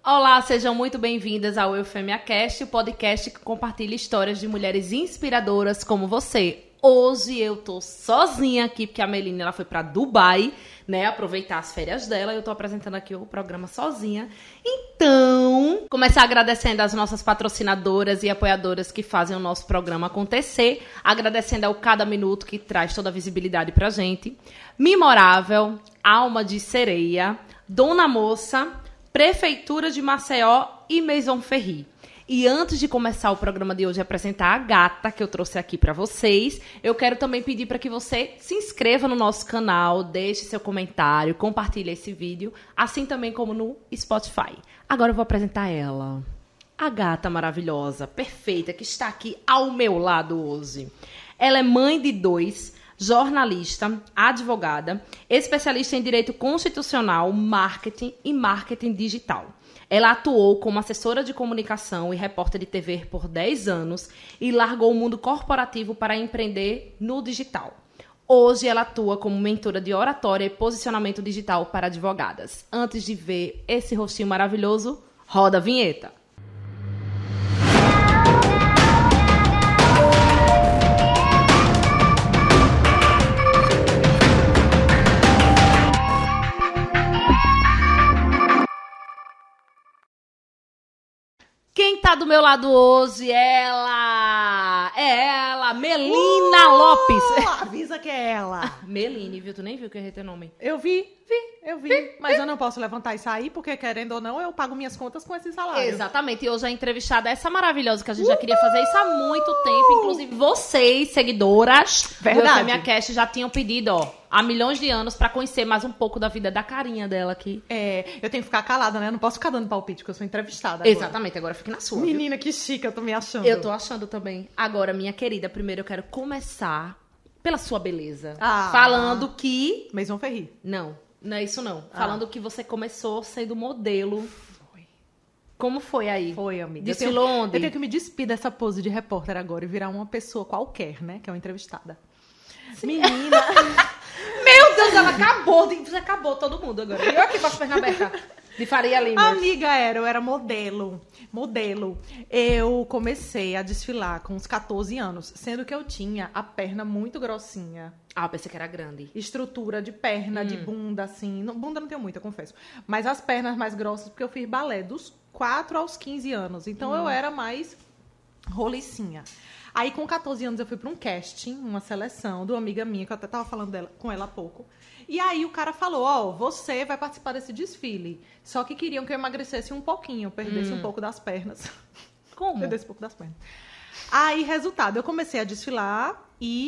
Olá, sejam muito bem-vindas ao Eufêmia Cast, o podcast que compartilha histórias de mulheres inspiradoras como você. Hoje eu tô sozinha aqui, porque a Meline ela foi pra Dubai, né, aproveitar as férias dela, e eu tô apresentando aqui o programa sozinha. Então, começar agradecendo as nossas patrocinadoras e apoiadoras que fazem o nosso programa acontecer, agradecendo ao Cada Minuto, que traz toda a visibilidade pra gente, Memorável, Alma de Sereia, Dona Moça, Prefeitura de Maceió e Maison Ferri. E antes de começar o programa de hoje e apresentar a gata que eu trouxe aqui para vocês, eu quero também pedir para que você se inscreva no nosso canal, deixe seu comentário, compartilhe esse vídeo, assim também como no Spotify. Agora eu vou apresentar ela, a gata maravilhosa, perfeita, que está aqui ao meu lado hoje. Ela é mãe de 2, jornalista, advogada, especialista em direito constitucional, marketing e marketing digital. Ela atuou como assessora de comunicação e repórter de TV por 10 anos e largou o mundo corporativo para empreender no digital. Hoje ela atua como mentora de oratória e posicionamento digital para advogadas. Antes de ver esse rostinho maravilhoso, roda a vinheta. Quem tá do meu lado hoje? Ela, Melina Lopes. Avisa que é ela. Meline, viu? Tu nem viu que eu errei teu nome. Eu vi. Mas eu não posso levantar e sair, porque querendo ou não, eu pago minhas contas com esse salário. Exatamente. E hoje a entrevistada é essa maravilhosa que a gente já queria fazer isso há muito tempo. Inclusive, vocês, seguidoras do Eufêmia Cast, já tinham pedido, há milhões de anos pra conhecer mais um pouco da vida da carinha dela aqui. Eu tenho que ficar calada, né? Eu não posso ficar dando palpite, porque eu sou entrevistada agora. Exatamente, agora fique na sua. Menina, que chique, eu tô me achando. Eu tô achando também. Agora, minha querida, primeiro eu quero começar pela sua beleza. Falando que... Maison Ferri. Não é isso não. Falando que você começou sendo modelo. Foi. Como foi aí? Foi, amiga. Desfilou onde? Eu tenho que me despir dessa pose de repórter agora e virar uma pessoa qualquer, né? Que é uma entrevistada. Sim. Menina... Meu Deus, ela acabou. Você acabou todo mundo agora. Eu aqui com as pernas abertas. De Faria Lima. Amiga, eu era modelo. Eu comecei a desfilar com uns 14 anos, sendo que eu tinha a perna muito grossinha. Eu pensei que era grande. Estrutura de perna, de bunda, assim. Bunda não tenho muito, eu confesso. Mas as pernas mais grossas, porque eu fiz balé dos 4 aos 15 anos. Então eu era mais rolicinha. Aí, com 14 anos, eu fui para um casting, uma seleção de uma amiga minha, que eu até tava falando com ela há pouco. E aí, o cara falou, você vai participar desse desfile. Só que queriam que eu emagrecesse um pouquinho, perdesse um pouco das pernas. Como? Perdesse um pouco das pernas. Aí, resultado, eu comecei a desfilar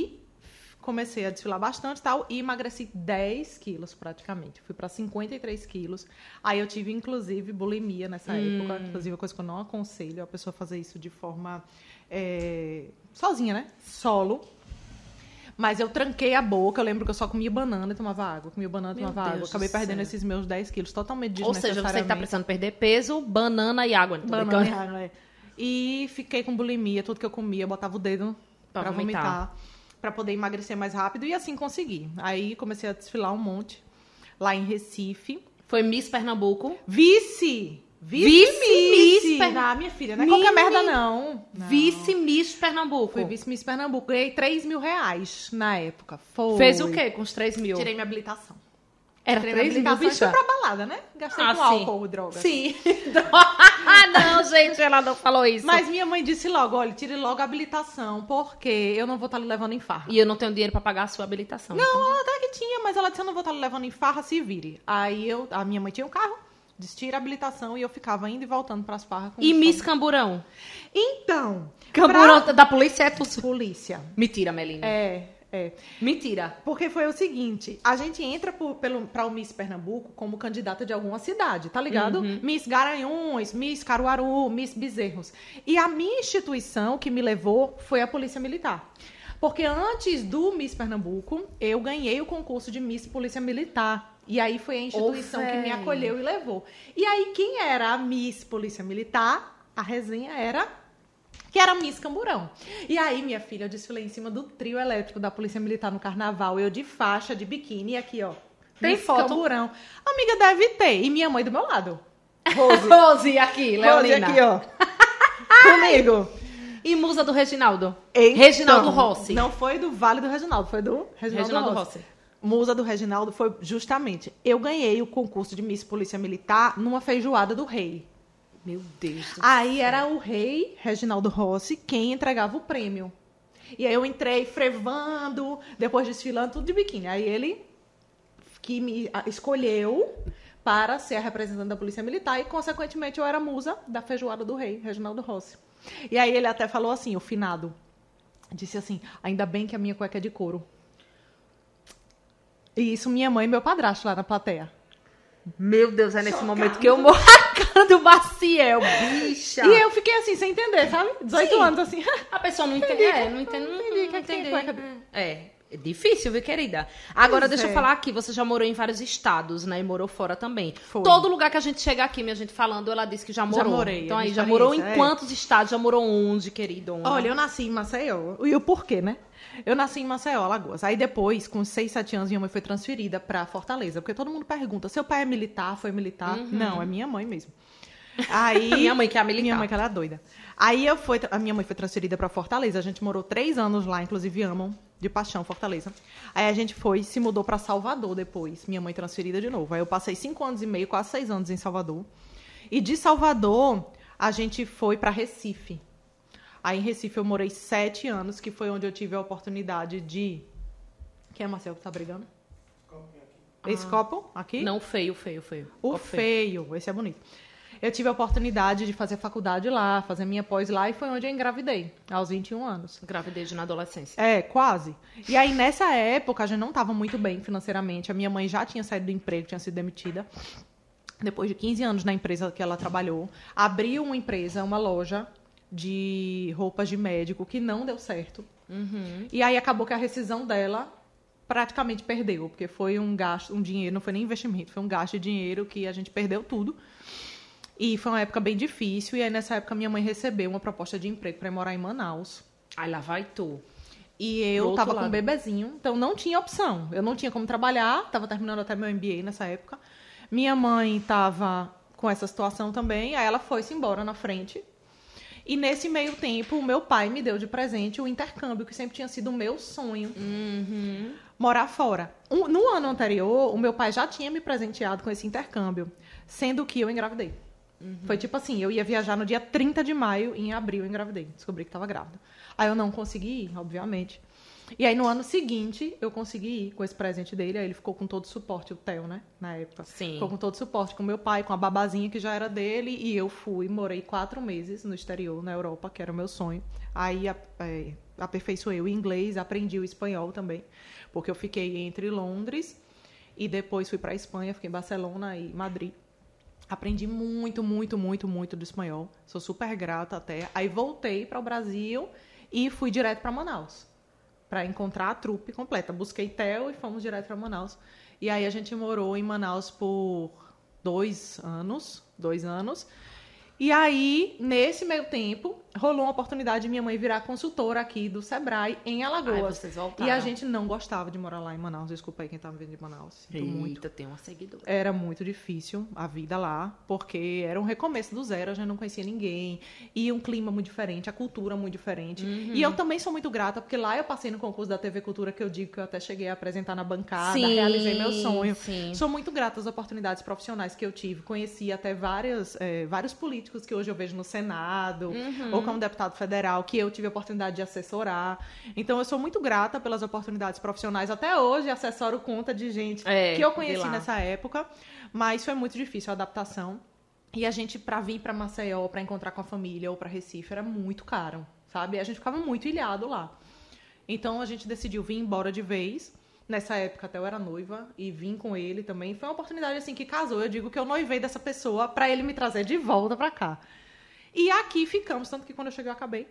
bastante e tal, e emagreci 10 quilos praticamente. Fui para 53 quilos. Aí eu tive, inclusive, bulimia nessa época. Inclusive, uma coisa que eu não aconselho a pessoa fazer isso de forma sozinha, né? Solo. Mas eu tranquei a boca. Eu lembro que eu só comia banana e tomava água. Acabei perdendo esses meus 10 quilos totalmente desnecessariamente. Ou seja, você que tá precisando perder peso, banana e água. Banana e água, E fiquei com bulimia. Tudo que eu comia, eu botava o dedo pra vomitar. Pra poder emagrecer mais rápido. E assim consegui. Aí comecei a desfilar um monte. Lá em Recife. Foi Miss Pernambuco. Vice Miss Pernambuco. Minha filha, não é qualquer merda, não. Vice Miss Pernambuco. Foi Vice Miss Pernambuco. Ganhei 3 mil reais na época. Foi. Fez o quê com os 3 mil? Tirei minha habilitação. Era 3 mil, Fui bicha? pra balada, né? Gastei com álcool e drogas. Sim. Não, gente, ela não falou isso. Mas minha mãe disse logo, olha, tire logo a habilitação, porque eu não vou estar lhe levando em farra. E eu não tenho dinheiro pra pagar a sua habilitação. Não, então... ela até que tinha, mas ela disse, eu não vou estar lhe levando em farra, se vire. Aí a minha mãe tinha um carro, disse, tira a habilitação, e eu ficava indo e voltando pras farras. E Miss Camburão? Então... Camburão da polícia é tu? Polícia. Mentira, Melina. Mentira. Porque foi o seguinte, a gente entra pra o Miss Pernambuco como candidata de alguma cidade, tá ligado? Miss Garanhuns, Miss Caruaru, Miss Bezerros. E a minha instituição que me levou foi a Polícia Militar. Porque antes do Miss Pernambuco, eu ganhei o concurso de Miss Polícia Militar. E aí foi a instituição que me acolheu e levou. E aí quem era a Miss Polícia Militar? A resenha era... que era Miss Camburão. E aí, minha filha, eu desfilei em cima do trio elétrico da Polícia Militar no Carnaval. Eu de faixa, de biquíni, e aqui, ó. Tem Miss foto? Camburão. Amiga, deve ter. E minha mãe do meu lado. Rose. Rose aqui, Rose Leonina. aqui, ó. Comigo. E musa do Reginaldo? Então, Reginaldo Rossi. Não foi do Vale do Reginaldo, foi do Reginaldo Rossi. Musa do Reginaldo foi justamente... Eu ganhei o concurso de Miss Polícia Militar numa feijoada do rei. Meu Deus do Aí céu. era o rei, Reginaldo Rossi, quem entregava o prêmio. E aí eu entrei frevando, depois desfilando, tudo de biquíni. Aí ele que me escolheu para ser a representante da Polícia Militar e, consequentemente, eu era musa da feijoada do rei, Reginaldo Rossi. E aí ele até falou assim, o finado, disse assim, ainda bem que a minha cueca é de couro. E isso minha mãe e meu padrasto lá na plateia. Meu Deus, é nesse momento que eu morro a cara do Maciel, bicha. E eu fiquei assim, sem entender, sabe? 18 Sim. anos, assim. A pessoa não entende. Não entende. Não entende. É difícil, viu, querida? Agora, Pois deixa eu é. falar aqui. Você já morou em vários estados, né? E morou fora também. Foi. Todo lugar que a gente chega aqui, minha gente falando, ela disse que já morou. morei, Então a aí, minha já morou em experiência, quantos estados? Já morou onde, querido? Olha, eu nasci em Maceió. E o porquê, né? Eu nasci em Maceió, Alagoas. Aí depois, com 6, 7 anos, minha mãe foi transferida pra Fortaleza. Porque todo mundo pergunta, seu pai é militar? Foi militar? Não, é minha mãe mesmo. Aí, Minha mãe que é a militar. Minha mãe que ela é doida. Aí a minha mãe foi transferida pra Fortaleza. A gente morou 3 anos lá, inclusive amam de paixão Fortaleza. Aí a gente se mudou pra Salvador depois. Minha mãe transferida de novo. Aí eu passei 5 anos e meio, quase 6 anos em Salvador. E de Salvador, a gente foi pra Recife. Aí em Recife eu morei 7 anos, que foi onde eu tive a oportunidade de... Quem é Marcelo que tá brigando? Esse copo aqui? Não, feio. O Copo feio, esse é bonito. Eu tive a oportunidade de fazer faculdade lá, fazer minha pós lá, e foi onde eu engravidei, aos 21 anos. Gravidez na adolescência. É, quase. E aí, nessa época, a gente não estava muito bem financeiramente. A minha mãe já tinha saído do emprego, tinha sido demitida. Depois de 15 anos na empresa que ela trabalhou, abriu uma empresa, uma loja de roupas de médico, que não deu certo. E aí, acabou que a rescisão dela praticamente perdeu, porque foi um gasto, um dinheiro, não foi nem investimento, foi um gasto de dinheiro que a gente perdeu tudo. E foi uma época bem difícil. E aí, nessa época, minha mãe recebeu uma proposta de emprego para ir morar em Manaus. Aí lá vai tu. E Pro eu outro tava com lado. um bebezinho, então não tinha opção. Eu não tinha como trabalhar, tava terminando até meu MBA nessa época. Minha mãe tava com essa situação também, aí ela foi-se embora na frente. E nesse meio tempo, o meu pai me deu de presente o intercâmbio, que sempre tinha sido o meu sonho. Morar fora. No ano anterior, o meu pai já tinha me presenteado com esse intercâmbio, sendo que eu engravidei. Foi tipo assim, eu ia viajar no dia 30 de maio, e em abril eu engravidei. Descobri que estava grávida. Aí eu não consegui ir, obviamente. E aí no ano seguinte, eu consegui ir com esse presente dele. Aí ele ficou com todo o suporte, o Theo, né? Na época. Sim. Ficou com todo o suporte com meu pai, com a babazinha que já era dele. E eu morei 4 meses no exterior, na Europa, que era o meu sonho. Aí aperfeiçoei o inglês, aprendi o espanhol também. Porque eu fiquei entre Londres e depois fui para a Espanha, fiquei em Barcelona e Madrid. Aprendi muito do espanhol. Sou super grata até. Aí voltei para o Brasil e fui direto para Manaus para encontrar a trupe completa. Busquei Theo e fomos direto para Manaus. E aí a gente morou em Manaus por 2 anos. E aí, nesse meio tempo, rolou uma oportunidade de minha mãe virar consultora aqui do Sebrae em Alagoas. Aí vocês voltaram. E a gente não gostava de morar lá em Manaus. Desculpa aí quem tá me vendo de Manaus. Sinto muito. Eita, tem uma seguidora. Era muito difícil a vida lá, porque era um recomeço do zero, a gente não conhecia ninguém, e um clima muito diferente, a cultura muito diferente. E eu também sou muito grata, porque lá eu passei no concurso da TV Cultura, que eu digo que eu até cheguei a apresentar na bancada, Sim, realizei meu sonho. sim. Sou muito grata às oportunidades profissionais que eu tive. Conheci até vários políticos que hoje eu vejo no Senado, ou como deputado federal, que eu tive a oportunidade de assessorar. Então, eu sou muito grata pelas oportunidades profissionais. Até hoje, assessoro conta de gente que eu conheci nessa época, mas foi muito difícil a adaptação. E a gente, pra vir pra Maceió, pra encontrar com a família, ou pra Recife, era muito caro, sabe? A gente ficava muito ilhado lá. Então, a gente decidiu vir embora de vez. Nessa época, até eu era noiva, e vim com ele também. Foi uma oportunidade, assim, que casou. Eu digo que eu noivei dessa pessoa pra ele me trazer de volta pra cá. E aqui ficamos, tanto que quando eu cheguei eu acabei.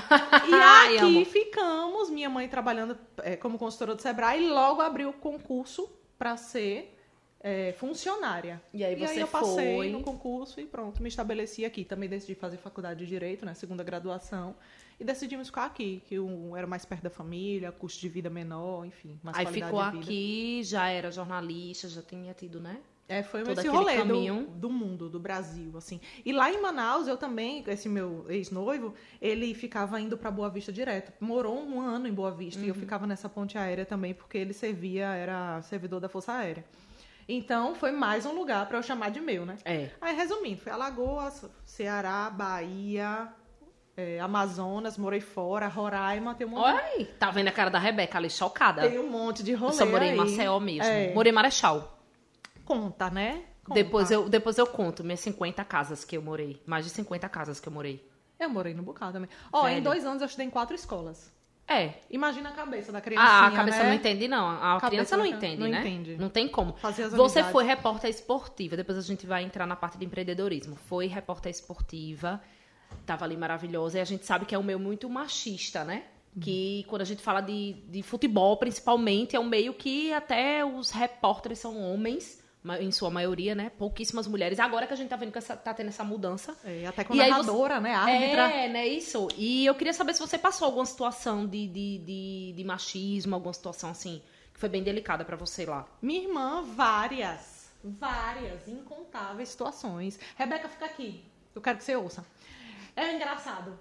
E aqui ficamos, minha mãe trabalhando como consultora do Sebrae, e logo abriu o concurso para ser funcionária. E aí você eu passei foi no concurso e pronto, me estabeleci aqui. Também decidi fazer faculdade de Direito, né, segunda graduação, e decidimos ficar aqui, que eu era mais perto da família, custo de vida menor, enfim, mais Aí qualidade ficou de vida. aqui, já era jornalista, já tinha tido, né? Foi todo esse aquele rolê caminho. do mundo, do Brasil, assim. E lá em Manaus, eu também, esse meu ex-noivo, ele ficava indo pra Boa Vista direto. Morou um ano em Boa Vista e eu ficava nessa ponte aérea também, porque ele era servidor da Força Aérea. Então, foi mais um lugar pra eu chamar de meu, né? Aí, resumindo, foi Alagoas, Ceará, Bahia, Amazonas, morei fora, Roraima, tem um monte. Olha, tá vendo a cara da Rebeca ali, chocada. Tem um monte de rolê. Eu só morei aí. em Maceió mesmo. Morei em Marechal. Conta, né? Conta. Depois eu conto minhas 50 casas que eu morei. Mais de 50 casas que eu morei. Eu morei no bocado também. Em 2 anos eu estudei em 4 escolas. Imagina a cabeça da criancinha, a cabeça né? não entende, não. A criança não entende, não né? entende. Não tem como. Fazer as Você amizades. foi repórter esportiva. Depois a gente vai entrar na parte de empreendedorismo. Foi repórter esportiva. Tava ali maravilhosa. E a gente sabe que é um meio muito machista, né? Que quando a gente fala de futebol, principalmente, é um meio que até os repórteres são homens, em sua maioria, né? Pouquíssimas mulheres. Agora que a gente tá vendo que tá tendo essa mudança. Até com narradora, né? Árbitra. Né? Isso. E eu queria saber se você passou alguma situação de machismo, alguma situação assim, que foi bem delicada pra você lá. Minha irmã, várias, incontáveis situações. Rebeca, fica aqui. Eu quero que você ouça. É engraçado.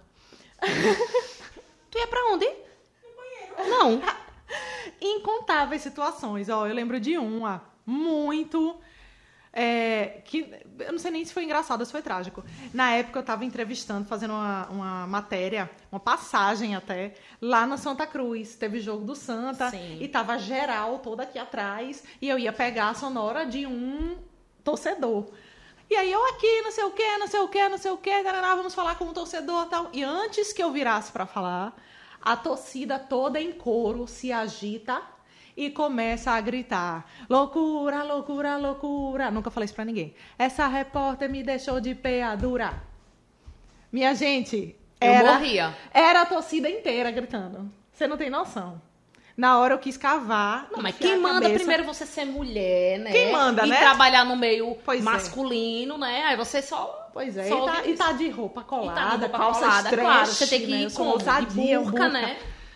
Tu ia pra onde? No banheiro. Não. Incontáveis situações. Eu lembro de uma muito... que eu não sei nem se foi engraçado ou se foi trágico. Na época eu estava entrevistando, fazendo uma matéria, uma passagem até, lá na Santa Cruz. Teve jogo do Santa. Sim. E tava geral toda aqui atrás. E eu ia pegar a sonora de um torcedor. E aí eu aqui, não sei o quê, vamos falar com o torcedor e tal. E antes que eu virasse para falar, a torcida toda em coro se agita e começa a gritar: loucura, loucura, loucura. Nunca falei isso pra ninguém. Essa repórter me deixou de peia dura. Minha gente, eu morria. Era a torcida inteira gritando. Você não tem noção. Na hora eu quis cavar. Não, mas quem manda primeiro você ser mulher, né? Quem manda, e né? E trabalhar no meio masculino, né? Aí você só... Pois é, e tá de roupa colada, calça stretch, claro, você tem que ir né? com ousadia, burca, né?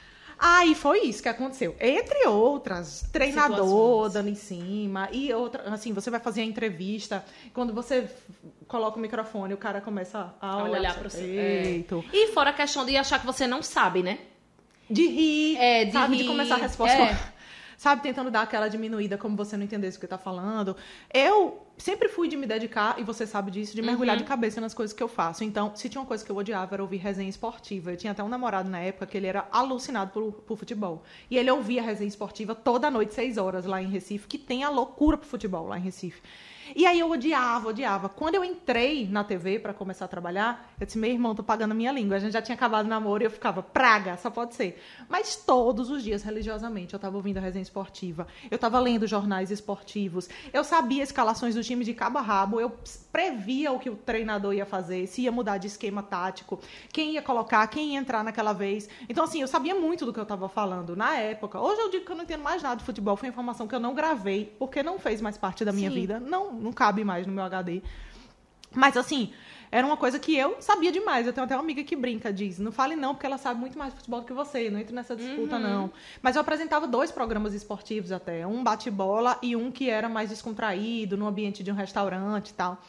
Aí foi isso que aconteceu. Entre outras, treinador dando em cima, e outra, assim, você vai fazer a entrevista, quando você coloca o microfone, o cara começa a olhar pro seu peito. E fora a questão de achar que você não sabe, né? De rir, sabe? De começar a resposta. Sabe, tentando dar aquela diminuída, como você não entendesse o que tá falando. Eu sempre fui de me dedicar, e você sabe disso, de mergulhar de cabeça nas coisas que eu faço. Então, se tinha uma coisa que eu odiava, era ouvir resenha esportiva. Eu tinha até um namorado na época que ele era alucinado por futebol. E ele ouvia resenha esportiva toda noite, 6 horas, lá em Recife, que tem a loucura pro futebol lá em Recife. E aí eu odiava. Quando eu entrei na TV pra começar a trabalhar, eu disse: meu irmão, tô pagando a minha língua. A gente já tinha acabado o namoro e eu ficava: praga, só pode ser. Mas todos os dias, religiosamente, eu tava ouvindo a resenha esportiva. Eu tava lendo jornais esportivos. Eu sabia escalações do time de cabo a rabo. Eu previa o que o treinador ia fazer, se ia mudar de esquema tático, quem ia colocar, quem ia entrar naquela vez. Então, assim, eu sabia muito do que eu tava falando na época. Hoje eu digo que eu não entendo mais nada de futebol. Foi informação que eu não gravei, porque não fez mais parte da minha vida. Não cabe mais no meu HD. Mas, assim, era uma coisa que eu sabia demais. Eu tenho até uma amiga que brinca, diz: não fale não, porque ela sabe muito mais de futebol do que você. Não entre nessa disputa, não. Mas eu apresentava 2 programas esportivos até. Um bate-bola e um que era mais descontraído, no ambiente de um restaurante e tal.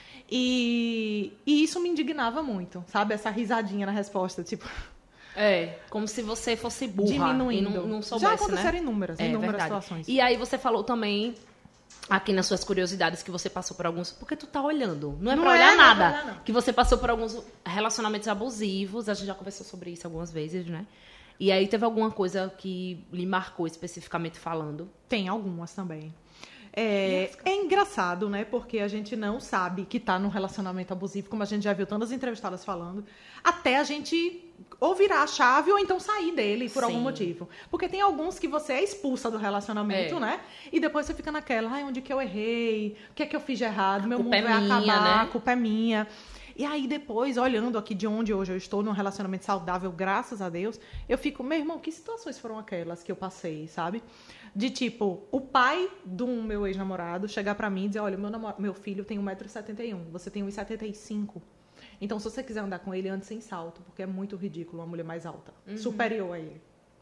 E isso me indignava muito, sabe? Essa risadinha na resposta, tipo... como se você fosse burra. Diminuindo. E não soubesse, já aconteceram, né? inúmeras situações. E aí você falou também, aqui nas suas curiosidades, que você passou por alguns... Porque tu tá olhando. Não é pra olhar nada. Não. Que você passou por alguns relacionamentos abusivos. A gente já conversou sobre isso algumas vezes, né? E aí teve alguma coisa que lhe marcou especificamente falando? Tem algumas também. É engraçado, né? Porque a gente não sabe que tá num relacionamento abusivo, como a gente já viu tantas entrevistadas falando, até a gente ou virar a chave ou então sair dele por algum motivo. Porque tem alguns que você é expulsa do relacionamento, né? E depois você fica naquela: ai, onde que eu errei? O que é que eu fiz de errado? Meu mundo vai acabar, né? A culpa é minha. E aí depois, olhando aqui de onde hoje eu estou, num relacionamento saudável, graças a Deus, eu fico: meu irmão, que situações foram aquelas que eu passei, sabe? De tipo, o pai do meu ex-namorado chegar pra mim e dizer: olha, meu filho tem 1,71 m, você tem 1,75 m. Então, se você quiser andar com ele, ande sem salto, porque é muito ridículo uma mulher mais alta, superior a ele.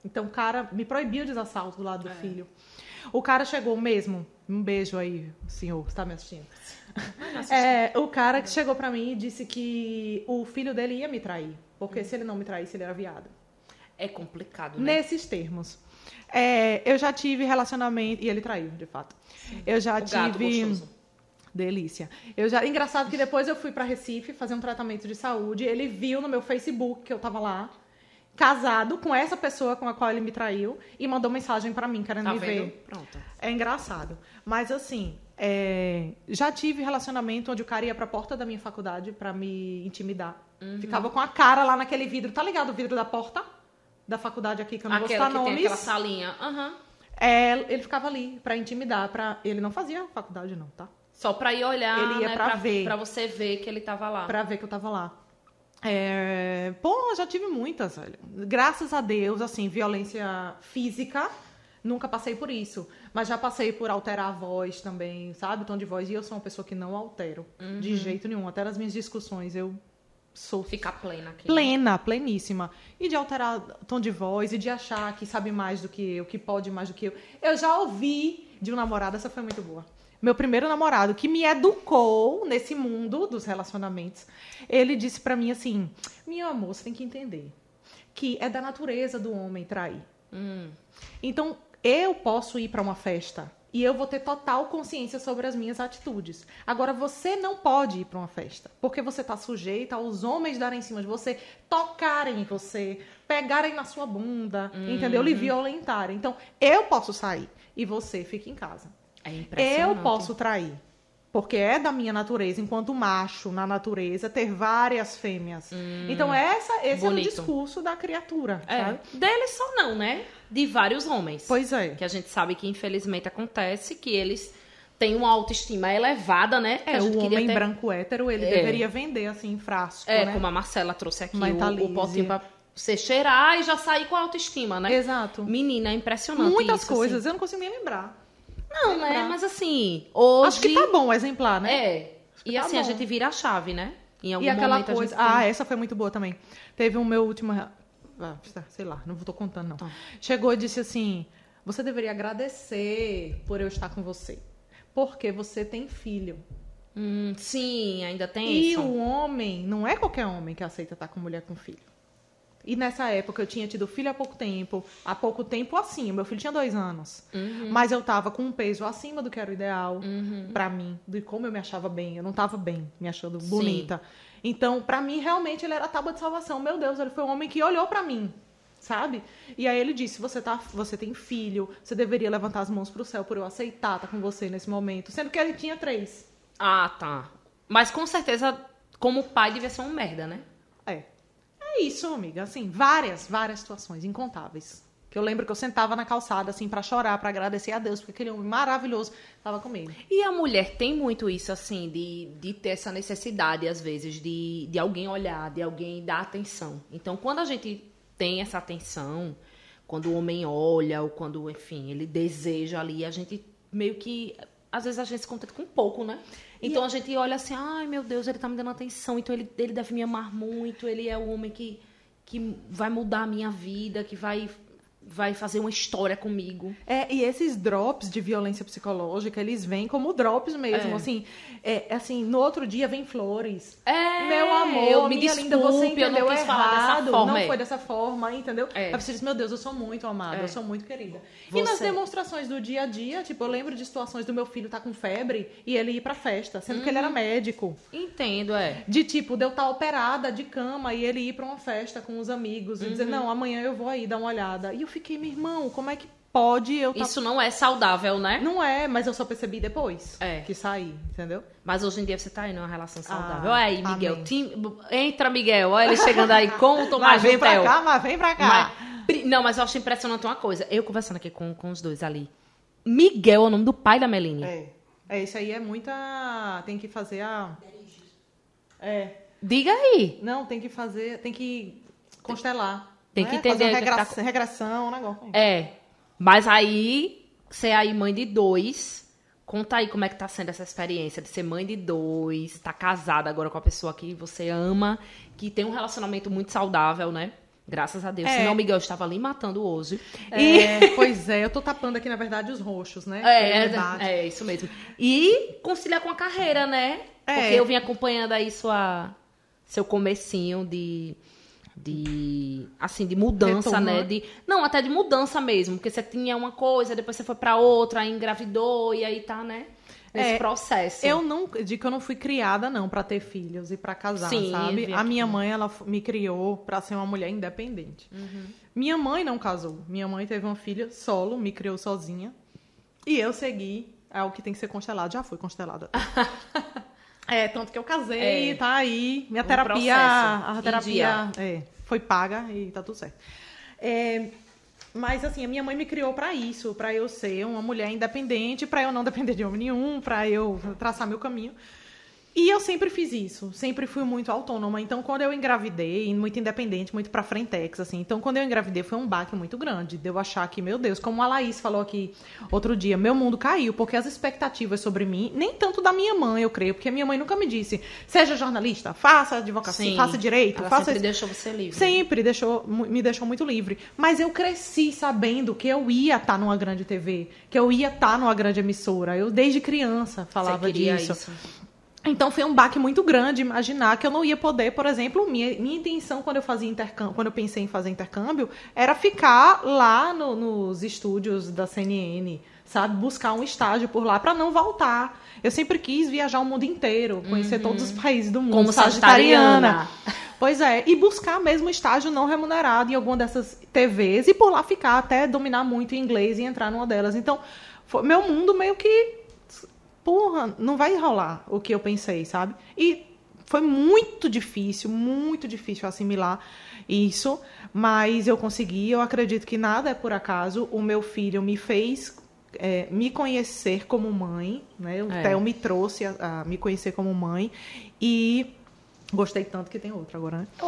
Então o cara me proibiu de assalto do lado do filho. O cara chegou mesmo, um beijo aí, senhor, você tá me assistindo? O cara que chegou pra mim e disse que o filho dele ia me trair, porque se ele não me traísse, ele era viado. É complicado, né? Nesses termos. Eu já tive relacionamento, e ele traiu, de fato. Sim. Eu já o gato tive... gostoso. Delícia. Engraçado que depois eu fui pra Recife fazer um tratamento de saúde, ele viu no meu Facebook que eu tava lá, casado com essa pessoa com a qual ele me traiu, e mandou mensagem pra mim, querendo me ver. Pronto. É engraçado. Mas assim, já tive relacionamento onde o cara ia pra porta da minha faculdade pra me intimidar. Ficava com a cara lá naquele vidro, tá ligado? O vidro da porta da faculdade aqui, que eu não vou citar nomes. Tem aquela salinha. Ele ficava ali pra intimidar. Ele não fazia faculdade não, tá? Só pra ir olhar, ele ia, né, pra ver. Pra você ver que ele tava lá. Pra ver que eu tava lá. Já tive muitas, velho. Graças a Deus, assim, violência física, nunca passei por isso. Mas já passei por alterar a voz também, sabe? O tom de voz. E eu sou uma pessoa que não altero. De jeito nenhum. Até nas minhas discussões, eu sou... Ficar plena aqui. Pleníssima. E de alterar tom de voz e de achar que sabe mais do que eu, que pode mais do que eu. Eu já ouvi de um namorado, essa foi muito boa. Meu primeiro namorado, que me educou nesse mundo dos relacionamentos, ele disse pra mim assim, meu amor, você tem que entender que é da natureza do homem trair. Então, eu posso ir pra uma festa e eu vou ter total consciência sobre as minhas atitudes. Agora, você não pode ir pra uma festa, porque você tá sujeita aos homens darem em cima de você, tocarem em você, pegarem na sua bunda, entendeu? Lhe violentarem. Então, eu posso sair e você fica em casa. É impressionante. Eu posso trair, porque é da minha natureza, enquanto macho na natureza, ter várias fêmeas. Então, esse é o discurso da criatura, sabe? Deles só não, né? De vários homens. Pois é. Que a gente sabe que, infelizmente, acontece que eles têm uma autoestima elevada, né? Que a gente o queria homem ter... branco hétero, ele deveria vender, assim, em frasco, né? Como a Marcela trouxe aqui o Mentalize. potinho pra você cheirar e já sair com a autoestima, né? Exato. Menina, é impressionante Muitas isso, coisas, assim. eu não consigo nem lembrar. Não, né? Mas assim, hoje... Acho que tá bom o exemplar, né? E tá assim, bom. a gente vira a chave, né? Em algum E aquela momento coisa... a gente tem... essa foi muito boa também. Teve um meu último... sei lá, não tô contando, não. Chegou e disse assim, você deveria agradecer por eu estar com você. Porque você tem filho. Sim, ainda tem E isso. o homem, não é qualquer homem que aceita estar com mulher com filho. E nessa época eu tinha tido filho há pouco tempo assim, meu filho tinha 2 anos. Mas eu tava com um peso acima do que era o ideal pra mim, de como eu me achava bem. Eu não tava bem, me achando bonita. Então, pra mim, realmente, ele era a tábua de salvação. Meu Deus, ele foi um homem que olhou pra mim, sabe? E aí ele disse, você tem filho, você deveria levantar as mãos pro céu por eu aceitar estar com você nesse momento. Sendo que ele tinha 3. Ah, tá. Mas com certeza, como pai, devia ser um merda, né? É isso, amiga. Assim, várias situações incontáveis. Que eu lembro que eu sentava na calçada, assim, pra chorar, pra agradecer a Deus, porque aquele homem maravilhoso tava comigo. E a mulher tem muito isso, assim, de ter essa necessidade, às vezes, de alguém olhar, de alguém dar atenção. Então, quando a gente tem essa atenção, quando o homem olha, ou quando, enfim, ele deseja ali, a gente meio que... Às vezes a gente se contenta com pouco, né? Então a gente olha assim, ai meu Deus, ele tá me dando atenção, então ele deve me amar muito, ele é o homem que vai mudar a minha vida, que vai fazer uma história comigo. E esses drops de violência psicológica, eles vêm como drops mesmo, assim, no outro dia vem flores. Meu amor, minha linda, você entendeu eu não quis falar dessa forma, não foi dessa forma, entendeu? Aí você diz, meu Deus, eu sou muito amada, eu sou muito querida. E nas demonstrações do dia a dia, tipo, eu lembro de situações do meu filho estar com febre e ele ir pra festa, sendo que ele era médico. Entendo, De tipo, de eu estar operada de cama e ele ir pra uma festa com os amigos e dizer, não, amanhã eu vou aí dar uma olhada. E eu fiquei, meu irmão, como é que pode eu tá... Isso não é saudável, né? Não é, mas eu só percebi depois que saí, entendeu? Mas hoje em dia você tá aí numa relação saudável. Olha aí, Miguel. Entra, Miguel. Olha ele chegando aí com o Tomás Mas vem pra cá. Mas eu acho impressionante uma coisa. Eu conversando aqui com os dois ali. Miguel é o nome do pai da Meline. Isso aí é muita... Tem que fazer a... Diga aí. Não, tem que constelar. Tem que entender. Fazer regressão, um negócio. Mas aí, você é aí mãe de 2. Conta aí como é que tá sendo essa experiência de ser mãe de 2, tá casada agora com a pessoa que você ama, que tem um relacionamento muito saudável, né? Graças a Deus. Senão o Miguel estava ali matando hoje. Pois é, eu tô tapando aqui, na verdade, os roxos, né? É isso mesmo. E conciliar com a carreira, né? Porque eu vim acompanhando aí seu comecinho de mudança, Retorno, né? Não, até de mudança mesmo. Porque você tinha uma coisa, depois você foi pra outra, aí engravidou, e aí tá, né? Nesse processo. Eu não digo que eu não fui criada, não, pra ter filhos e pra casar, sabe? A minha mãe, ela me criou pra ser uma mulher independente. Minha mãe não casou. Minha mãe teve uma filha solo, me criou sozinha. E eu segui o que tem que ser constelado. Já fui constelada. Tanto que eu casei, tá aí. Minha terapia, a terapia foi paga e tá tudo certo. Mas, assim, a minha mãe me criou pra isso, pra eu ser uma mulher independente, pra eu não depender de homem nenhum, pra eu traçar meu caminho. E eu sempre fiz isso, sempre fui muito autônoma. Então, quando eu engravidei, muito independente, muito pra frentex, assim. Então, quando eu engravidei, foi um baque muito grande. De eu achar que, meu Deus, como a Laís falou aqui outro dia, meu mundo caiu, porque as expectativas sobre mim, nem tanto da minha mãe, eu creio, porque a minha mãe nunca me disse, seja jornalista, faça advocacia, faça direito. Ela faça sempre deixou você livre. Sempre me deixou muito livre. Mas eu cresci sabendo que eu ia estar numa grande TV, que eu ia estar numa grande emissora. Eu, desde criança, falava disso. Então foi um baque muito grande imaginar que eu não ia poder, por exemplo, minha intenção quando eu fazia intercâmbio, quando eu pensei em fazer intercâmbio, era ficar lá nos estúdios da CNN, sabe, buscar um estágio por lá para não voltar. Eu sempre quis viajar o mundo inteiro, conhecer todos os países do mundo, como sagitariana. Pois é, e buscar mesmo estágio não remunerado em alguma dessas TVs e por lá ficar até dominar muito o inglês e entrar numa delas. Então, meu mundo meio que porra, não vai rolar o que eu pensei, sabe? E foi muito difícil assimilar isso, mas eu consegui, eu acredito que nada é por acaso. O meu filho me fez me conhecer como mãe, né? O Theo me trouxe a me conhecer como mãe e gostei tanto que tem outra agora, né?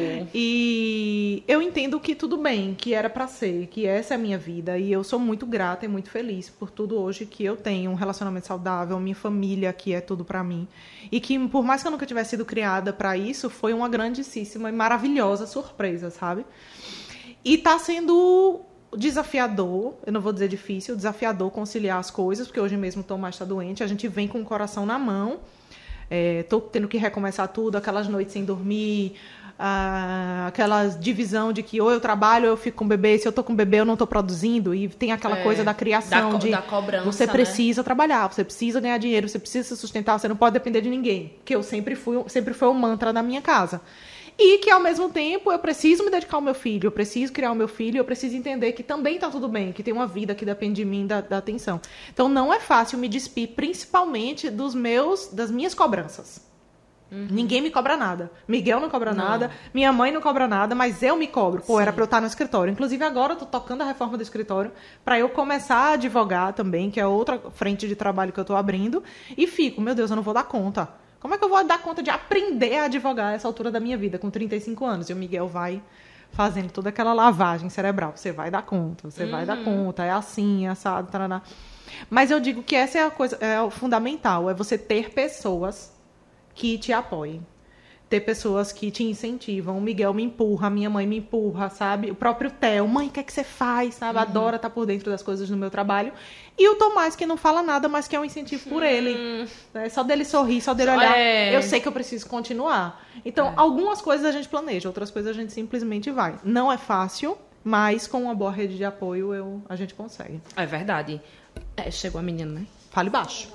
E eu entendo que tudo bem, que era pra ser, que essa é a minha vida. E eu sou muito grata e muito feliz por tudo hoje que eu tenho. Um relacionamento saudável, minha família, que é tudo pra mim. E que, por mais que eu nunca tivesse sido criada pra isso, foi uma grandíssima e maravilhosa surpresa, sabe? E tá sendo desafiador, eu não vou dizer difícil, desafiador conciliar as coisas, porque hoje mesmo o Tomás tá doente, a gente vem com o coração na mão. Tô tendo que recomeçar tudo, aquelas noites sem dormir, aquela divisão de que ou eu trabalho ou eu fico com o bebê, se eu tô com o bebê eu não tô produzindo, e tem aquela coisa da criação, da cobrança, você precisa trabalhar, você precisa ganhar dinheiro, você precisa se sustentar, você não pode depender de ninguém, que eu sempre foi o mantra da minha casa. E que, ao mesmo tempo, eu preciso me dedicar ao meu filho, eu preciso criar o meu filho, eu preciso entender que também tá tudo bem, que tem uma vida que depende de mim, da atenção. Então, não é fácil me despir, principalmente das minhas cobranças. Ninguém me cobra nada. Miguel não cobra nada, minha mãe não cobra nada, mas eu me cobro. Era pra eu estar no escritório. Inclusive, agora eu tô tocando a reforma do escritório pra eu começar a advogar também, que é outra frente de trabalho que eu tô abrindo. E fico, meu Deus, eu não vou dar conta. Como é que eu vou dar conta de aprender a advogar a essa altura da minha vida, com 35 anos? E o Miguel vai fazendo toda aquela lavagem cerebral. Você vai dar conta, você vai dar conta, é assim, é assado, taraná. Mas eu digo que essa é a coisa, é o fundamental, é você ter pessoas que te apoiem. Ter pessoas que te incentivam. O Miguel me empurra, a minha mãe me empurra, sabe? O próprio Theo, mãe, o que é que você faz? Sabe? Adora estar por dentro das coisas do meu trabalho. E o Tomás, que não fala nada, mas que é um incentivo por ele. Né? Só dele sorrir, só dele olhar, eu sei que eu preciso continuar. Então, algumas coisas a gente planeja, outras coisas a gente simplesmente vai. Não é fácil, mas com uma boa rede de apoio a gente consegue. É verdade. Chegou a menina, né? Fale baixo.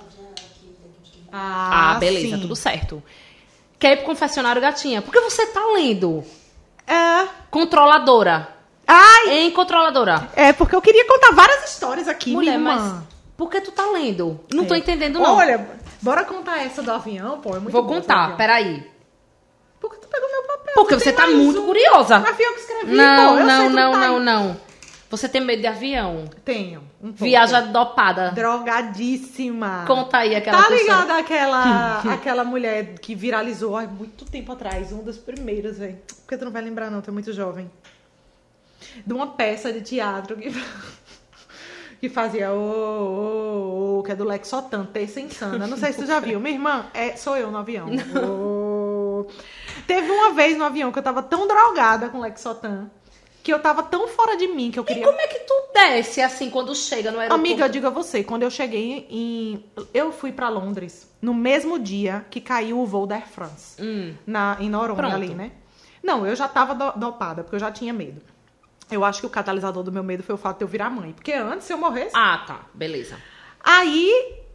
Beleza, sim. Tudo certo. Quer ir pro confessionário, gatinha? Por que você tá lendo? Controladora. Hein, controladora? Porque eu queria contar várias histórias aqui, mulher, minha irmã. Mas por que tu tá lendo? Não tô entendendo, não. Olha, bora contar essa do avião, pô. É muito Vou contar, peraí. Por que tu pegou meu papel? Porque você tá muito curiosa. Mas fui eu que escrevi, Não. Você tem medo de avião? Tenho. Um pouco. Viaja dopada. Drogadíssima. Conta aí aquela pessoa. Tá ligada aquela mulher que viralizou há muito tempo atrás, uma das primeiras, velho. Porque tu não vai lembrar, não, tu é muito jovem. De uma peça de teatro que fazia que é do Lexotan, Terça Insana. Não sei se tu já viu. Minha irmã, sou eu no avião. Teve uma vez no avião que eu tava tão drogada com Lexotan que eu tava tão fora de mim que eu queria... E como é que tu desce, assim, quando chega no aeroporto? Amiga, eu digo a você, quando eu cheguei eu fui pra Londres no mesmo dia que caiu o voo da Air France. Em Noronha. Pronto. Ali, né? Não, eu já tava dopada, porque eu já tinha medo. Eu acho que o catalisador do meu medo foi o fato de eu virar mãe. Porque antes, se eu morresse... Ah, tá. Beleza. Aí,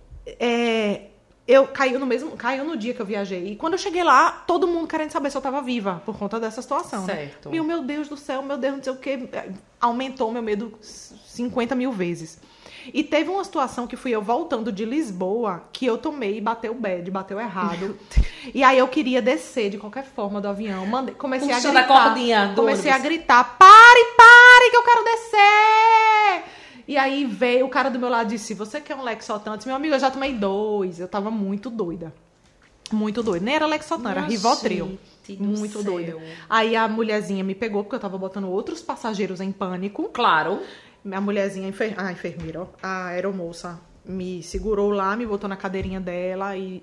caiu no dia que eu viajei. E quando eu cheguei lá, todo mundo querendo saber se eu tava viva, por conta dessa situação. Certo. Né? E meu Deus do céu, meu Deus, não sei o quê. Aumentou meu medo 50 mil vezes. E teve uma situação que fui eu voltando de Lisboa, que eu tomei e bateu errado. E aí eu queria descer de qualquer forma do avião. Comecei a gritar. Comecei a gritar, pare, que eu quero descer! E aí veio o cara do meu lado e disse, você quer um Lexotan? Eu disse, meu amigo, eu já tomei 2. Eu tava muito doida. Muito doida. Nem era Lexotan, era Rivotril. Muito doida. Aí a mulherzinha me pegou, porque eu tava botando outros passageiros em pânico. Claro. A mulherzinha, a enfermeira, ó, a aeromoça, me segurou lá, me botou na cadeirinha dela e...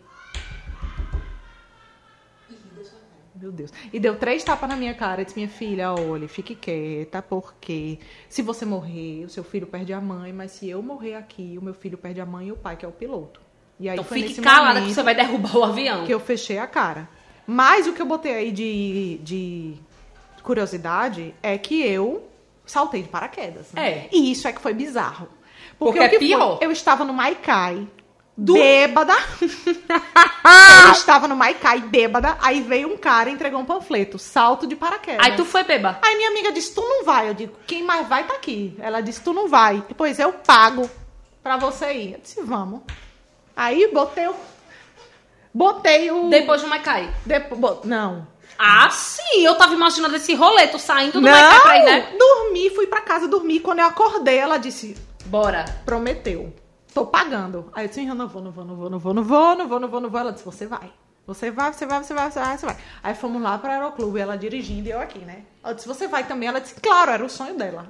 Meu Deus. E deu 3 tapas na minha cara. E disse, minha filha, olha, fique quieta, porque se você morrer, o seu filho perde a mãe, mas se eu morrer aqui, o meu filho perde a mãe e o pai, que é o piloto. E aí então foi fique calada que você vai derrubar o avião. Que eu fechei a cara. Mas o que eu botei aí de curiosidade é que eu saltei de paraquedas. Né? E isso é que foi bizarro. Porque é pior. Eu estava no Maikai, bêbada. Eu estava no Maikai, bêbada. Aí veio um cara e entregou um panfleto. Salto de paraquedas. Aí tu foi bêbada. Aí minha amiga disse, tu não vai. Eu digo, quem mais vai tá aqui. Ela disse, tu não vai. Depois eu pago pra você ir. Eu disse, vamos. Aí botei o... Depois do Maikai. Não. Ah, sim! Eu tava imaginando esse rolê, tu saindo do Maikai pra ir, né? Dormi, fui pra casa dormir. Quando eu acordei, ela disse... Bora. Prometeu. Tô pagando. Aí eu disse, eu não vou. Ela disse, você vai. Você vai. Aí fomos lá pro aeroclube, ela dirigindo e eu aqui, né? Ela disse, você vai também? Ela disse, claro, era o sonho dela.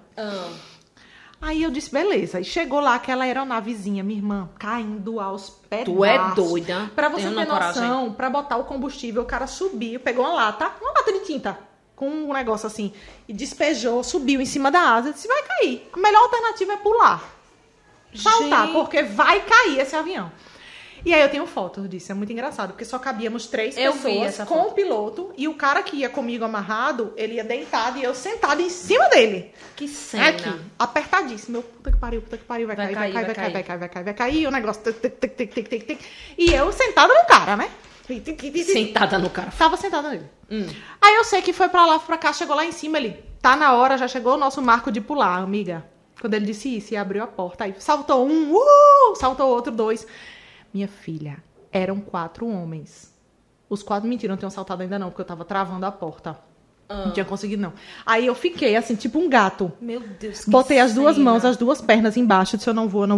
Aí eu disse, beleza. E chegou lá aquela aeronavezinha, minha irmã, caindo aos pedaços. Tu é doida. Pra você ter noção, pra botar o combustível, o cara subiu, pegou uma lata de tinta, com um negócio assim, e despejou, subiu em cima da asa. Eu disse, vai cair. A melhor alternativa é pular. Saltar, porque vai cair esse avião. E aí eu tenho foto disso, é muito engraçado, porque só cabíamos 3 pessoas com o piloto, e o cara que ia comigo amarrado, ele ia deitado e eu sentada em cima dele. Que cena. Aqui, apertadíssimo. Eu, puta que pariu, vai cair, e o negócio... E eu sentada no cara, né? Sentada no cara. Tava sentada nele. Aí eu sei que foi pra lá, pra cá, chegou lá em cima, ele... Tá na hora, já chegou o nosso marco de pular, amiga. Quando ele disse isso, e abriu a porta. Aí saltou um, saltou outro, 2... Minha filha, eram 4 homens. Os 4, mentira, não tinham saltado ainda não, porque eu tava travando a porta. Não tinha conseguido, não. Aí eu fiquei assim, tipo um gato. Meu Deus, que botei as 2 cena. mãos, as 2 pernas embaixo. Disse, eu não vou.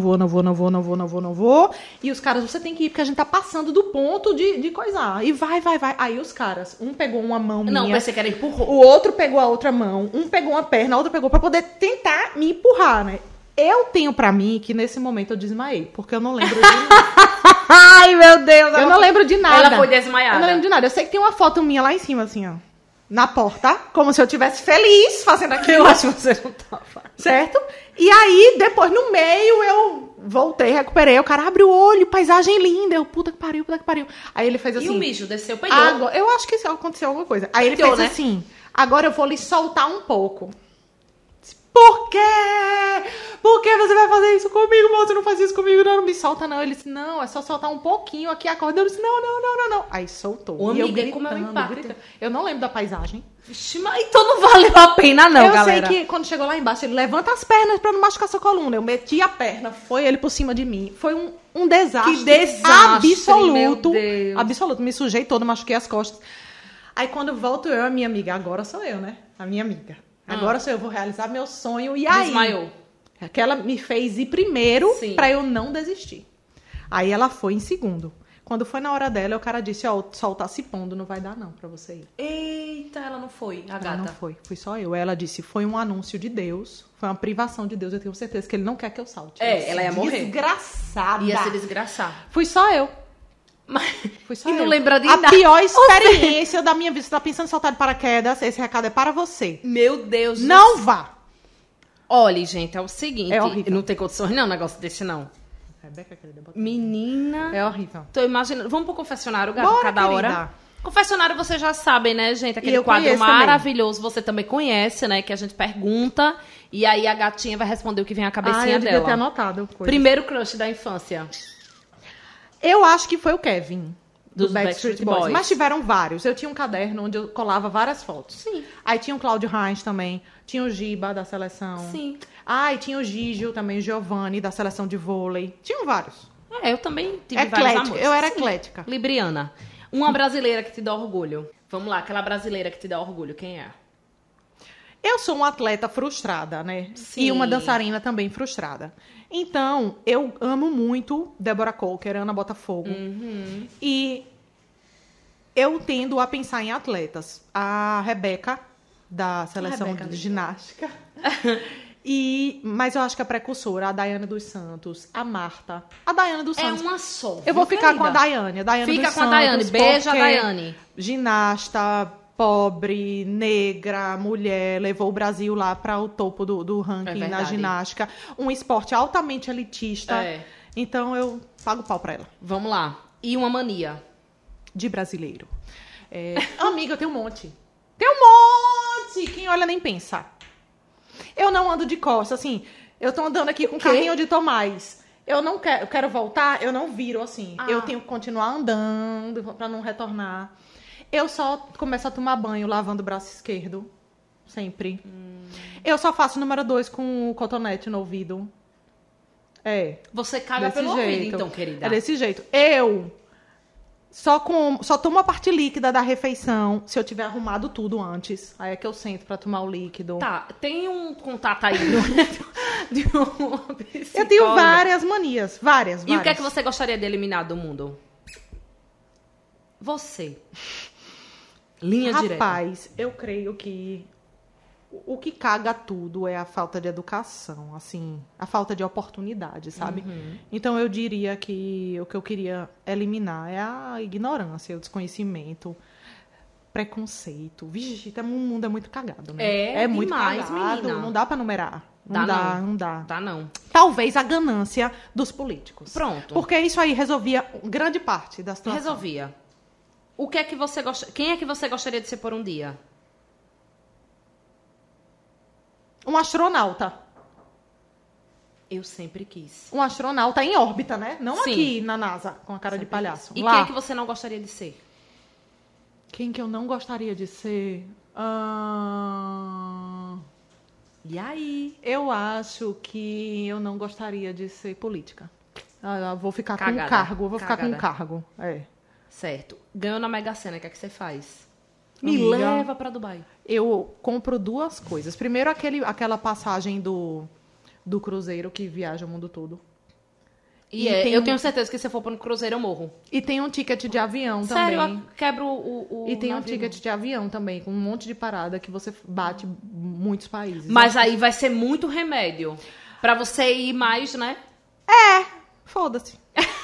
E os caras, você tem que ir, porque a gente tá passando do ponto de coisar. E vai. Aí os caras, um pegou uma mão minha. Não, pensei que era empurrou. O outro pegou a outra mão. Um pegou uma perna, a outra pegou pra poder tentar me empurrar, né? Eu tenho pra mim que nesse momento eu desmaiei, porque eu não lembro de nada. Ai, meu Deus! Eu não lembro de nada. Ela foi desmaiada. Eu não lembro de nada. Eu sei que tem uma foto minha lá em cima, assim, ó. Na porta, como se eu estivesse feliz fazendo aquilo. Eu acho que você não tava. Certo? E aí, depois, no meio, eu voltei, recuperei. O cara abre o olho, paisagem linda. Eu, puta que pariu. Aí ele fez assim... E o mijo desceu, peidou. Agora, eu acho que aconteceu alguma coisa. Aí ele fez assim, agora eu vou lhe soltar um pouco. Por quê? Por que você vai fazer isso comigo, moço? Não faz isso comigo, não me solta, não. Ele disse, não, é só soltar um pouquinho aqui, a corda. Eu disse, não. Aí soltou. Ô, e eu amiga, como é o impacto? Eu não lembro da paisagem. Vixe, mas então não valeu a pena, não, galera. Eu sei que quando chegou lá embaixo, ele levanta as pernas pra não machucar sua coluna. Eu meti a perna, foi ele por cima de mim. Foi um desastre. Que desastre, absoluto. meu Deus. Absoluto. Me sujei toda, machuquei as costas. Aí quando volto eu, a minha amiga, agora sou eu, né? A minha amiga. Agora sou eu, vou realizar meu sonho. E aí... Desmaiou. Que ela me fez ir primeiro, Sim. Pra eu não desistir. Aí ela foi em segundo. Quando foi na hora dela, o cara disse, ó, o sol tá se pondo, não vai dar não pra você ir. Eita, ela não foi, a gata. Ela não foi, fui só eu. Ela disse, foi um anúncio de Deus, foi uma privação de Deus, eu tenho certeza que ele não quer que eu salte. Ela ia morrer. Desgraçada. Ia se desgraçar. Fui só eu. Fui só E não eu. lembra de A nada. pior experiência da minha vida. Você tá pensando em saltar de paraquedas? Esse recado é para você. Meu Deus do Não céu. vá. Olha, gente, é o seguinte. É horrível. Não tem condições não, um negócio desse, não. Rebeca, querida, bota- Menina. É horrível. Tô imaginando. Vamos pro confessionário, gato, Bora, cada querida. hora. Confessionário, vocês já sabem, né, gente? Aquele eu quadro conheço também. maravilhoso. Você também conhece, né? Que a gente pergunta e aí a gatinha vai responder o que vem à cabecinha eu devia dela. ter anotado. Coisa. Primeiro crush da infância. Eu acho que foi o Kevin. Dos Dos Backstreet Backstreet Boys. Boys. Mas tiveram vários. Eu tinha um caderno onde eu colava várias fotos. Sim. Aí tinha o Cláudio Heinz também. Tinha o Giba, da seleção. Sim. Ah, e tinha o Gigio também, o Giovanni, da seleção de vôlei. Tinham vários. Eu também tive vários Eclética. amores. Eu era Sim. eclética. Libriana. Uma brasileira que te dá orgulho. Vamos lá, aquela brasileira que te dá orgulho. Quem é? Eu sou uma atleta frustrada, né? Sim. E uma dançarina também frustrada. Então, eu amo muito Débora Coker, Ana Botafogo. Uhum. E eu tendo a pensar em atletas. A Rebeca, da seleção Rebeca, de ginástica. Mas eu acho que a precursora, a Daiane dos Santos, a Marta. A Daiane dos É Santos. uma só. Eu vou viu, ficar com a querida? Daiane. A Daiane Fica dos com a Santos, Daiane. Beija a porque Daiane. Ginasta, pobre, negra, mulher, levou o Brasil lá para o topo do ranking na verdade. ginástica. Um esporte altamente elitista. É. Então eu pago pau pra ela. Vamos lá. E uma mania. De brasileiro. Amiga, eu tenho um monte. Tem um monte! Quem olha nem pensa. Eu não ando de costas, assim. Eu tô andando aqui com o carrinho de Tomás. Eu não quero, eu quero voltar, eu não viro assim. Ah. Eu tenho que continuar andando pra não retornar. Eu só começo a tomar banho lavando o braço esquerdo. Sempre. Eu só faço número 2 com o cotonete no ouvido. Você caga Desse pelo jeito. ouvido, então, querida. É desse jeito. Eu só tomo a parte líquida da refeição se eu tiver arrumado tudo antes. Aí é que eu sento pra tomar o líquido. Tá, tem um contato aí de uma psicóloga. Eu tenho várias manias. Várias. E o que é que você gostaria de eliminar do mundo? Você. Linha direta. Rapaz, eu creio que o que caga tudo é a falta de educação, assim, a falta de oportunidade, sabe? Uhum. Então eu diria que o que eu queria eliminar é a ignorância, o desconhecimento, preconceito. Vixe, o mundo é muito cagado, né? É muito demais, cagado, menina. não dá pra numerar. Não dá. Tá não. Talvez a ganância dos políticos. Pronto. Porque isso aí resolvia grande parte da situação. Resolvia. O que é que você gosta... Quem é que você gostaria de ser por um dia? Um astronauta. Eu sempre quis. Um astronauta em órbita, né? Não Sim. aqui na NASA, com a cara de Sempre palhaço. quis. E Lá. quem é que você não gostaria de ser? Quem que eu não gostaria de ser? E aí? Eu acho que eu não gostaria de ser política. Eu vou ficar com Cagada. um cargo. Vou ficar com um Cagada. cargo. Certo. Ganhou na Mega Sena, o que é que você faz? Me Amiga, leva pra Dubai. Eu compro duas coisas. Primeiro, aquela passagem do cruzeiro que viaja o mundo todo. E tem eu um- tenho certeza que se eu for pro cruzeiro eu morro. E tem um ticket de avião Sério, também. eu quebro o E tem um navio. ticket de avião também, com um monte de parada que você bate muitos países. Mas aí vai ser muito remédio. Pra você ir mais, né? Foda-se.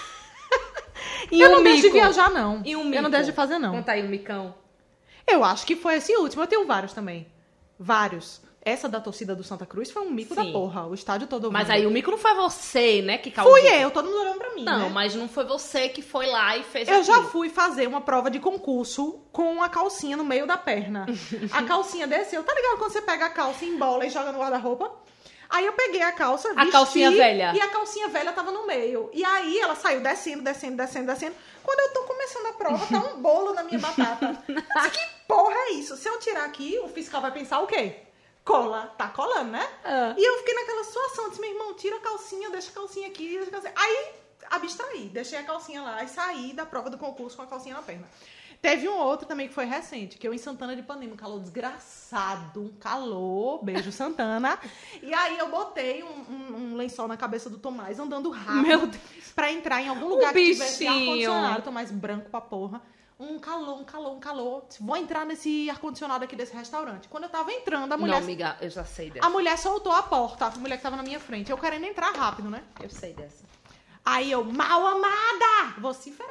E Eu um não deixo de mico? viajar, não. E um mico? Eu não deixo de fazer, não. Conta aí um micão. Eu acho que foi esse último. Eu tenho vários também. Vários. Essa da torcida do Santa Cruz foi um mico Sim. da porra. O estádio todo ouvindo. Mas aí o mico não foi você, né, que causou. Fui eu, todo mundo olhando pra mim, Não, né? mas não foi você que foi lá e fez Eu já aquilo. fui fazer uma prova de concurso com a calcinha no meio da perna. A calcinha desceu. Tá ligado quando você pega a calça, embola e joga no guarda-roupa? Aí eu peguei a calça, vesti, calcinha velha. E a calcinha velha tava no meio. E aí ela saiu descendo. Quando eu tô começando a prova, tá um bolo na minha batata. Mas que porra é isso? Se eu tirar aqui, o fiscal vai pensar o quê? Cola. Tá colando, né? Ah. E eu fiquei naquela situação. Disse, meu irmão, tira a calcinha, deixa a calcinha aqui. Deixa a calcinha. Aí, abstraí. Deixei a calcinha lá e saí da prova do concurso com a calcinha na perna. Teve um outro também que foi recente, que eu em Santana de Ipanema, um calor desgraçado, um calor, beijo Santana. E aí eu botei um lençol na cabeça do Tomás, andando rápido. Meu Deus. Pra entrar em algum lugar que tivesse bichinho. ar-condicionado. Tomás branco pra porra. Um calor. Vou entrar nesse ar-condicionado aqui desse restaurante. Quando eu tava entrando, a Não, mulher... amiga, eu já sei dessa. A mulher soltou a porta, a mulher que tava na minha frente. Eu querendo entrar rápido, né? Eu sei dessa. Aí eu, mal amada, vociferei.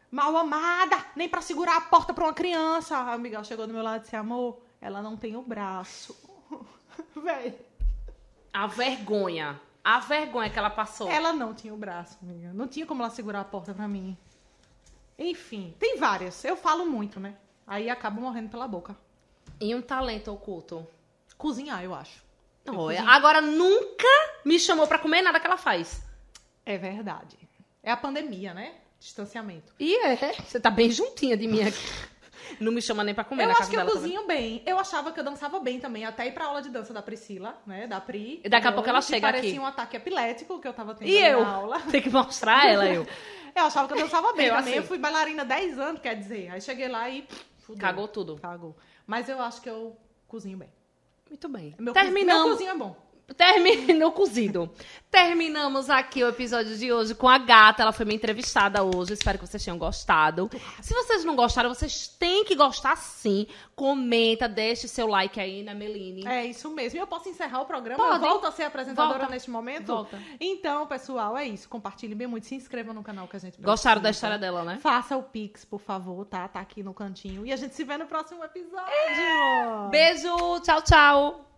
Mal amada, nem pra segurar a porta pra uma criança. Aí o Miguel chegou do meu lado e disse, amor, ela não tem o braço. Véi. A vergonha que ela passou. Ela não tinha o braço, amiga. Não tinha como ela segurar a porta pra mim. Enfim, tem várias. Eu falo muito, né? Aí acabo morrendo pela boca. E um talento oculto? Cozinhar, eu acho. Olha, agora nunca me chamou pra comer nada que ela faz. É verdade. É a pandemia, né? Distanciamento. E você tá bem juntinha de mim aqui. Não me chama nem pra comer Eu na acho casa que eu dela cozinho bem. Eu achava que eu dançava bem também, até ir pra aula de dança da Priscila, né? Da Pri. E daqui a pouco ela chega aqui. Parecia um ataque epilético que eu tava tendo E eu? na aula. Tem que mostrar ela, eu. Eu achava que eu dançava bem Eu também. assim. Eu fui bailarina 10 anos, quer dizer. Aí cheguei lá e... fudeu. Cagou tudo. Cagou. Mas eu acho que eu cozinho bem. Muito bem. Meu Terminamos. cozinho é bom. Terminou cozido. Terminamos aqui o episódio de hoje com a gata. Ela foi minha entrevistada hoje. Espero que vocês tenham gostado. Se vocês não gostaram, vocês têm que gostar sim. Comenta, deixe seu like aí na Meline. É isso mesmo. E eu posso encerrar o programa? Pode. Eu volto a ser apresentadora Volta. neste momento? Volta. Então, pessoal, é isso. Compartilhem bem muito. Se inscrevam no canal que a gente precisa. Gostaram da história dela, né? Faça o Pix, por favor, tá? Tá aqui no cantinho. E a gente se vê no próximo episódio. Beijo, tchau, tchau.